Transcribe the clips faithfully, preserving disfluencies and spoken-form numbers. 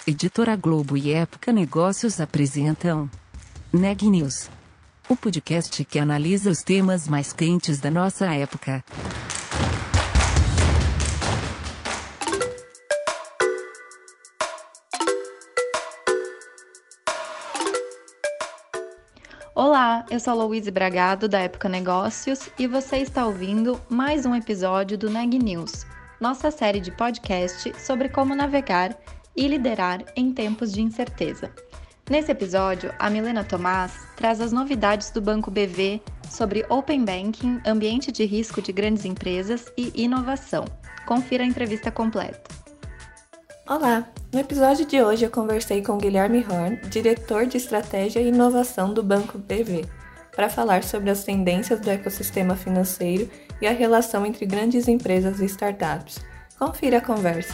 Editora Globo e Época Negócios apresentam Neg News, o podcast que analisa os temas mais quentes da nossa época. Olá, eu sou a Louise Bragado, da Época Negócios, e você está ouvindo mais um episódio do Neg News, nossa série de podcast sobre como navegar e liderar em tempos de incerteza. Nesse episódio, a Milena Tomás traz as novidades do Banco B V sobre Open Banking, ambiente de risco de grandes empresas e inovação. Confira a entrevista completa. Olá! No episódio de hoje eu conversei com Guilherme Horn, diretor de Estratégia e Inovação do Banco B V, para falar sobre as tendências do ecossistema financeiro e a relação entre grandes empresas e startups. Confira a conversa.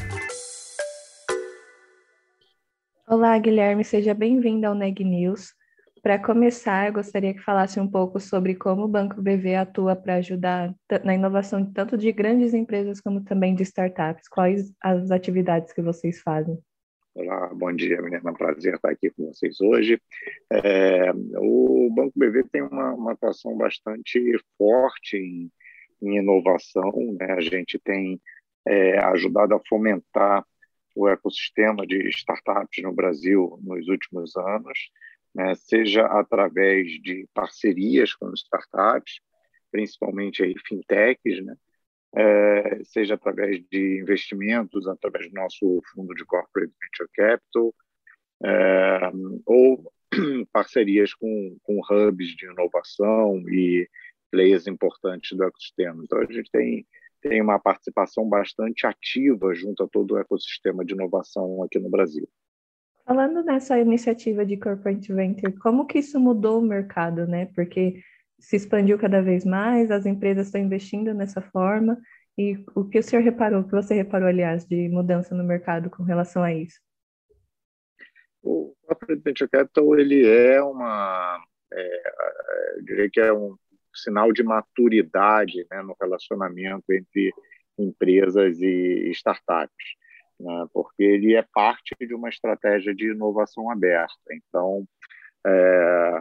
Olá, Guilherme, seja bem-vindo ao Neg News. Para começar, eu gostaria que falasse um pouco sobre como o Banco B V atua para ajudar na inovação tanto de grandes empresas como também de startups. Quais as atividades que vocês fazem? Olá, bom dia, Milena. É um prazer estar aqui com vocês hoje. É, o Banco B V tem uma, uma atuação bastante forte em, em inovação, né? A gente tem é, ajudado a fomentar o ecossistema de startups no Brasil nos últimos anos, né, seja através de parcerias com startups, principalmente aí fintechs, né, é, seja através de investimentos, através do nosso fundo de Corporate Venture Capital, é, ou parcerias com, com hubs de inovação e players importantes do ecossistema. Então, a gente tem tem uma participação bastante ativa junto a todo o ecossistema de inovação aqui no Brasil. Falando nessa iniciativa de Corporate Venture, como que isso mudou o mercado, né? Porque se expandiu cada vez mais, as empresas estão investindo nessa forma, e o que o senhor reparou, o que você reparou, aliás, de mudança no mercado com relação a isso? O Corporate Venture Capital, ele é uma, é, eu diria que é um sinal de maturidade, né, no relacionamento entre empresas e startups, né, porque ele é parte de uma estratégia de inovação aberta. Então, é,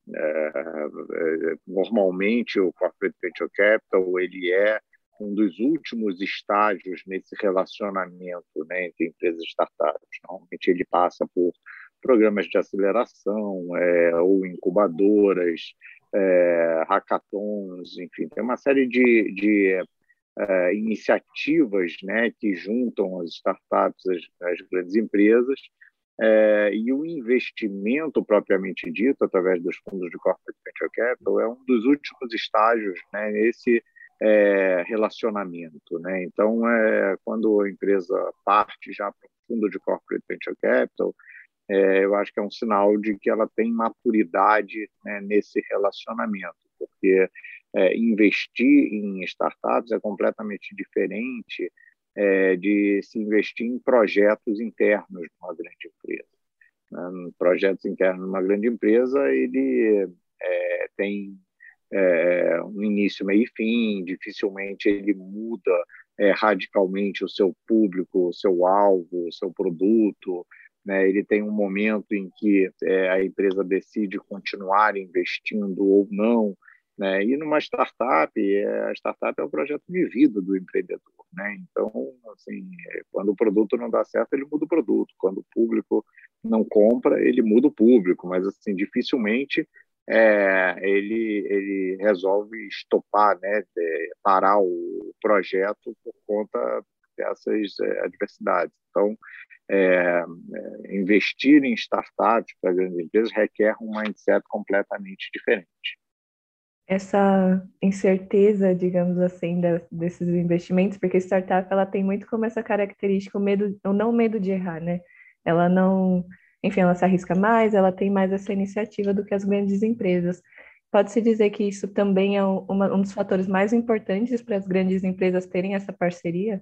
é, normalmente o Corporate Venture Capital ele é um dos últimos estágios nesse relacionamento, né, entre empresas e startups. Normalmente ele passa por programas de aceleração, é, ou incubadoras, é, hackathons, enfim, tem uma série de, de é, iniciativas, né, que juntam as startups às, às grandes empresas, é, e o investimento propriamente dito, através dos fundos de Corporate Venture Capital, é um dos últimos estágios, né, nesse é, relacionamento, né? Então, é, quando a empresa parte já para o fundo de Corporate Venture Capital, É, eu acho que é um sinal de que ela tem maturidade, né, nesse relacionamento, porque é, investir em startups é completamente diferente é, de se investir em projetos internos de uma grande empresa. Né? Projetos internos de uma grande empresa, ele é, tem é, um início, meio e fim, dificilmente ele muda é, radicalmente o seu público, o seu alvo, o seu produto, né, ele tem um momento em que é, a empresa decide continuar investindo ou não, né, e numa startup, é, a startup é um projeto de vida do empreendedor, né, então, assim, é, quando o produto não dá certo, ele muda o produto, quando o público não compra, ele muda o público, mas, assim, dificilmente é, ele, ele resolve estopar, né, parar o projeto por conta dessas é, adversidades. Então, É, é, investir em startups para grandes empresas requer um mindset completamente diferente. Essa incerteza, digamos assim, da, desses investimentos, porque startup ela tem muito como essa característica, o medo, ou não o medo de errar, né? Ela não, enfim, ela se arrisca mais, ela tem mais essa iniciativa do que as grandes empresas. Pode-se dizer que isso também é um, uma, um dos fatores mais importantes para as grandes empresas terem essa parceria?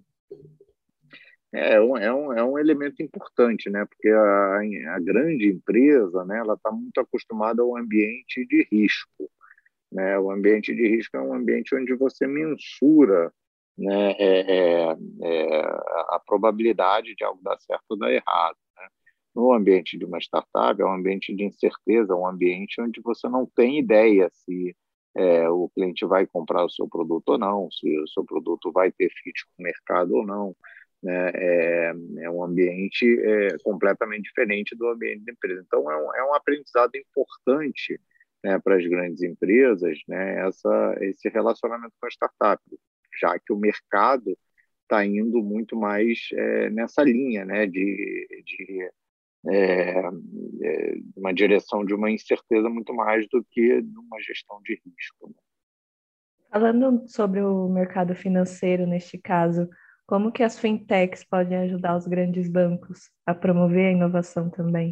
É um, é um, é um elemento importante, né? Porque a, a grande empresa, né, ela está muito acostumada ao ambiente de risco, né? O ambiente de risco é um ambiente onde você mensura, né, é, é, é, a probabilidade de algo dar certo ou dar errado, né? no ambiente de uma startup, é um ambiente de incerteza, é um ambiente onde você não tem ideia se é, o cliente vai comprar o seu produto ou não, se o seu produto vai ter fit com o mercado ou não. Né? É, é um ambiente é, completamente diferente do ambiente da empresa. Então, é um, é um aprendizado importante, né, para as grandes empresas, né, essa, esse relacionamento com a startup, já que o mercado está indo muito mais é, nessa linha, né, de, de é, é, uma direção de uma incerteza muito mais do que de uma gestão de risco. Né? Falando sobre o mercado financeiro neste caso, como que as fintechs podem ajudar os grandes bancos a promover a inovação também?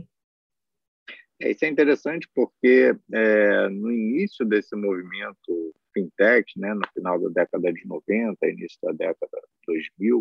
É, isso é interessante porque é, no início desse movimento fintech, né, no final da década de noventa, início da década de dois mil,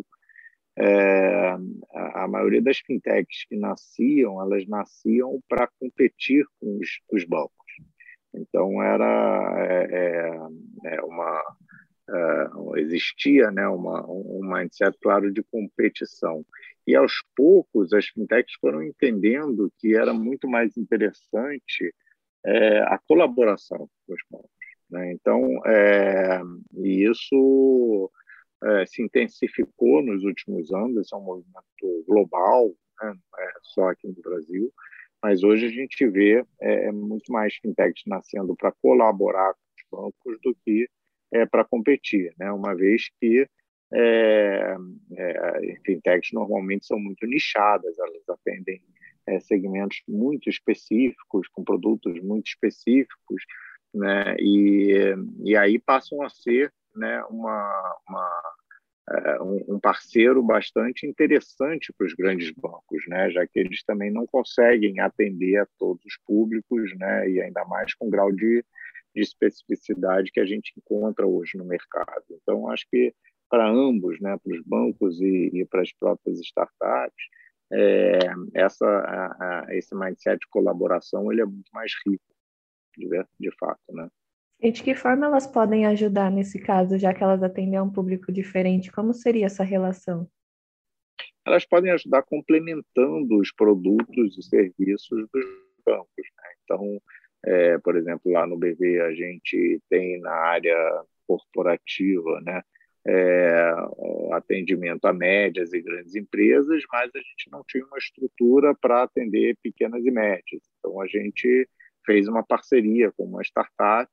é, a, a maioria das fintechs que nasciam, elas nasciam para competir com os, os bancos. Então, era é, é, uma, é, existia, né, uma, um mindset claro de competição. E, aos poucos, as fintechs foram entendendo que era muito mais interessante é, a colaboração com os bancos. Né? Então, é, e isso é, se intensificou nos últimos anos, esse é um movimento global, né? Não é só aqui no Brasil, mas hoje a gente vê é, muito mais fintechs nascendo para colaborar com os bancos do que é, para competir, né? Uma vez que é, é, fintechs normalmente são muito nichadas, elas atendem é, segmentos muito específicos, com produtos muito específicos, né? E, e aí passam a ser, né, uma, uma, é, um parceiro bastante interessante para os grandes bancos, né? Já que eles também não conseguem atender a todos os públicos, né? E ainda mais com o grau de, de especificidade que a gente encontra hoje no mercado. Então, acho que para ambos, né, para os bancos e, e para as próprias startups, é, essa, a, a, esse mindset de colaboração ele é muito mais rico, de, de fato, né? E de que forma elas podem ajudar nesse caso, já que elas atendem a um público diferente? Como seria essa relação? Elas podem ajudar complementando os produtos e serviços dos bancos. Né? Então, é, por exemplo, lá no B V a gente tem na área corporativa, né, é, atendimento a médias e grandes empresas, mas a gente não tinha uma estrutura para atender pequenas e médias. Então, a gente fez uma parceria com uma startup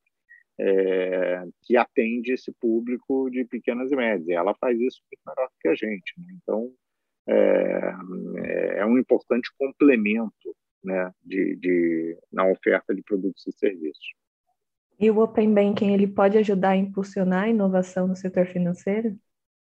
é, que atende esse público de pequenas e médias. E ela faz isso muito melhor que a gente. Né? Então, é, é um importante complemento, né, de, de, na oferta de produtos e serviços. E o Open Banking, ele pode ajudar a impulsionar a inovação no setor financeiro?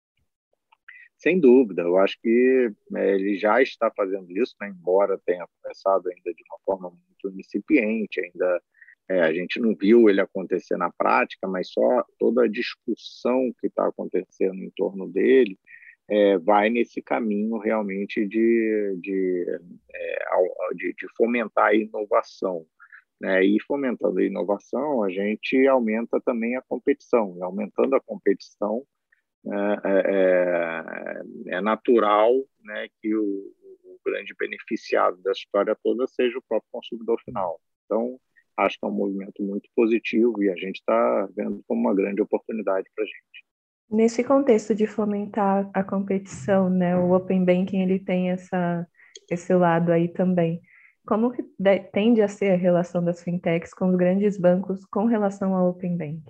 Sem dúvida, eu acho que é, ele já está fazendo isso, né, embora tenha começado ainda de uma forma muito incipiente, ainda é, a gente não viu ele acontecer na prática, mas só toda a discussão que está acontecendo em torno dele é, vai nesse caminho realmente de, de, é, de, de fomentar a inovação. Né? E fomentando a inovação, a gente aumenta também a competição. E aumentando a competição, é, é, é natural, né, que o, o grande beneficiado dessa história toda seja o próprio consumidor final. Então, acho que é um movimento muito positivo e a gente está vendo como uma grande oportunidade para a gente. Nesse contexto de fomentar a competição, né, o Open Banking ele tem essa, esse lado aí também. Como que de, tende a ser a relação das fintechs com os grandes bancos com relação ao Open Banking?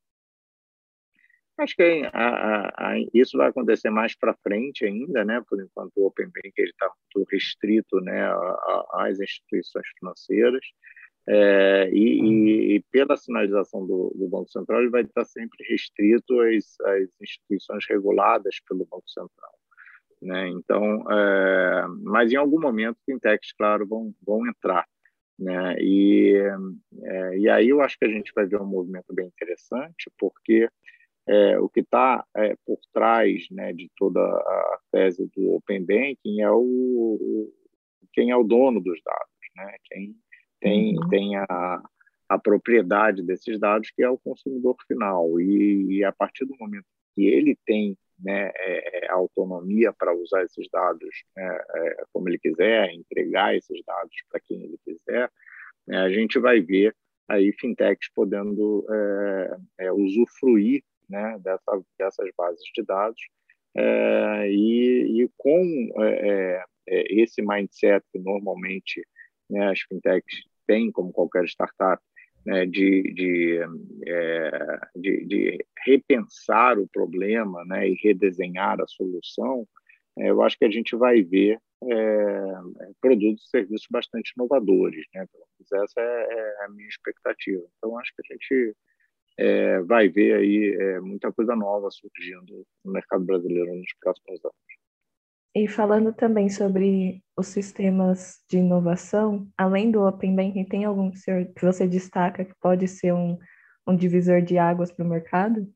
Acho que a, a, a, isso vai acontecer mais para frente ainda, né? Por enquanto o Open Banking está muito restrito, né, às instituições financeiras. É, e, e pela sinalização do, do Banco Central, ele vai estar sempre restrito às, às instituições reguladas pelo Banco Central. Né? Então, é, mas em algum momento, fintechs, claro, vão, vão entrar. Né? E, é, e aí eu acho que a gente vai ver um movimento bem interessante, porque é, o que está é, por trás, né, de toda a tese do Open Banking é o, o quem é o dono dos dados, né? Quem tem, uhum. tem a, a propriedade desses dados, que é o consumidor final. E, e a partir do momento que ele tem né, é, autonomia para usar esses dados, né, é, como ele quiser, entregar esses dados para quem ele quiser, né, a gente vai ver aí fintechs podendo é, é, usufruir, né, dessa, dessas bases de dados é, e, e com é, é, esse mindset que normalmente, né, as fintechs têm, como qualquer startup, né, de, de, é, de, de repensar o problema, né, e redesenhar a solução, é, eu acho que a gente vai ver é, produtos e serviços bastante inovadores, né? Pelo menos essa é, é a minha expectativa. Então, acho que a gente é, vai ver aí é, muita coisa nova surgindo no mercado brasileiro nos próximos anos. E falando também sobre os sistemas de inovação, além do Open Banking, tem algum que, senhor, que você destaca que pode ser um, um divisor de águas para o mercado?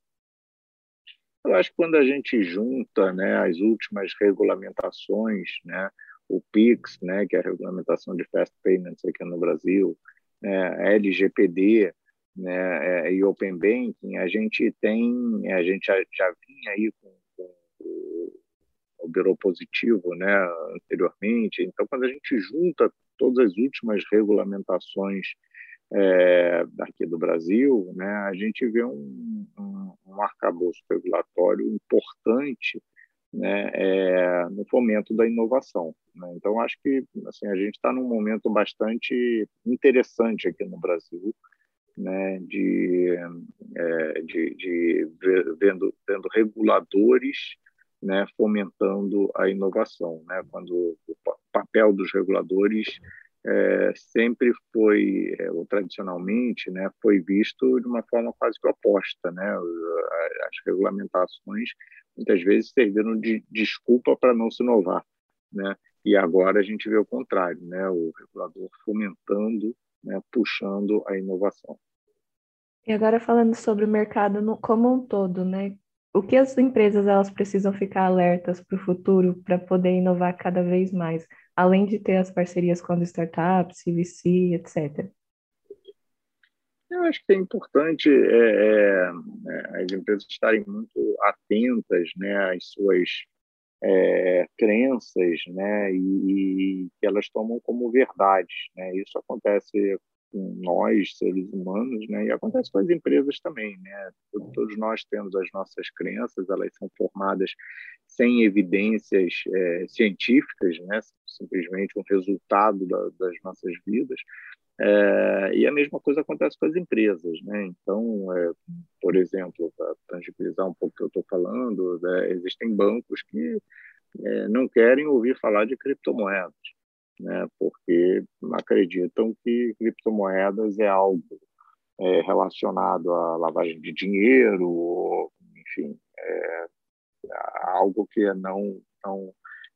Eu acho que quando a gente junta, né, as últimas regulamentações, né, o PIX, né, que é a regulamentação de Fast Payments aqui no Brasil, né, L G P D, né, é, e Open Banking, a gente tem, a gente já, já vinha aí com, com o, o Bureau Positivo, né, anteriormente. Então, quando a gente junta todas as últimas regulamentações é, daqui do Brasil, né, a gente vê um, um, um arcabouço regulatório importante, né, é, no fomento da inovação, né? Então, acho que assim, a gente está num momento bastante interessante aqui no Brasil, né, de, é, de, de vendo, vendo reguladores, né, fomentando a inovação, né, quando o papel dos reguladores é, sempre foi, é, ou tradicionalmente, né, foi visto de uma forma quase que oposta, né, as regulamentações muitas vezes serviram de desculpa para não se inovar, né, e agora a gente vê o contrário, né, o regulador fomentando, né, puxando a inovação. E agora falando sobre o mercado no, como um todo, né? O que as empresas elas precisam ficar alertas para o futuro para poder inovar cada vez mais, além de ter as parcerias com as startups, C V C, etcétera. Eu acho que é importante é, é, as empresas estarem muito atentas, né, às suas é, crenças, né, e, e que elas tomam como verdade, né? Isso acontece com nós, seres humanos, né, e acontece com as empresas também, né? Todos nós temos as nossas crenças, elas são formadas sem evidências é, científicas, né, simplesmente um resultado da, das nossas vidas. É, e a mesma coisa acontece com as empresas, né? Então, é, por exemplo, para tangibilizar um pouco o que eu estou falando, né, existem bancos que é, não querem ouvir falar de criptomoedas, né? Porque acreditam que criptomoedas é algo é, relacionado à lavagem de dinheiro, ou, enfim, é, algo que é não, não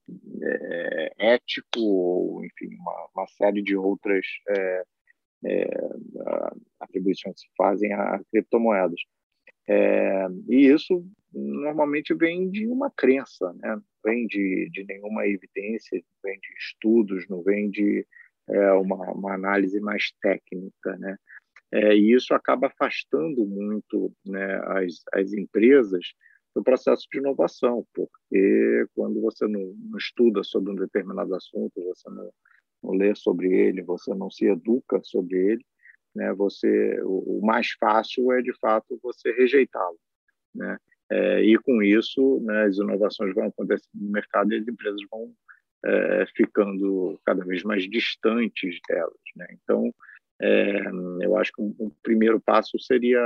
é, ético, ou, enfim, uma, uma série de outras é, é, atribuições que se fazem a criptomoedas. É, e isso normalmente vem de uma crença, né? Não vem de, de nenhuma evidência, não vem de estudos, não vem de é, uma, uma análise mais técnica, né? É, e isso acaba afastando muito, né, as, as empresas do processo de inovação, porque quando você não, não estuda sobre um determinado assunto, você não, não lê sobre ele, você não se educa sobre ele, né, você, o, o mais fácil é, de fato, você rejeitá-lo, né? É, e com isso, né, as inovações vão acontecer no mercado e as empresas vão é, ficando cada vez mais distantes delas, né? Então, é, eu acho que um, um primeiro passo seria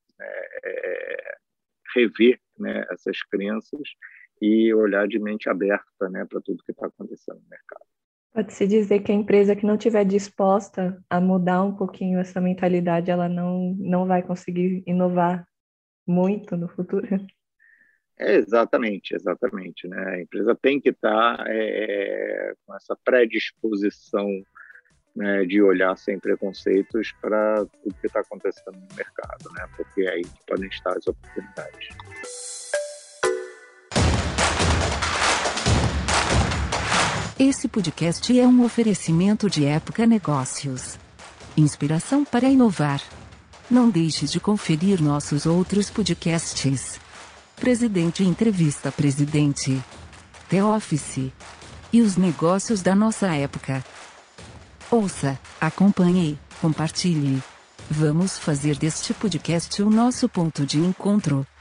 é, rever, né, essas crenças e olhar de mente aberta, né, para tudo que está acontecendo no mercado. Pode-se dizer que a empresa que não estiver disposta a mudar um pouquinho essa mentalidade, ela não, não vai conseguir inovar muito no futuro? É, exatamente, exatamente, né? A empresa tem que estar é, com essa predisposição, né, de olhar sem preconceitos para tudo que está acontecendo no mercado, né? Porque aí podem estar as oportunidades. Esse podcast é um oferecimento de Época Negócios. Inspiração para inovar. Não deixe de conferir nossos outros podcasts. Presidente entrevista presidente. The Office. E os negócios da nossa época. Ouça, acompanhe, compartilhe. Vamos fazer deste podcast o nosso ponto de encontro.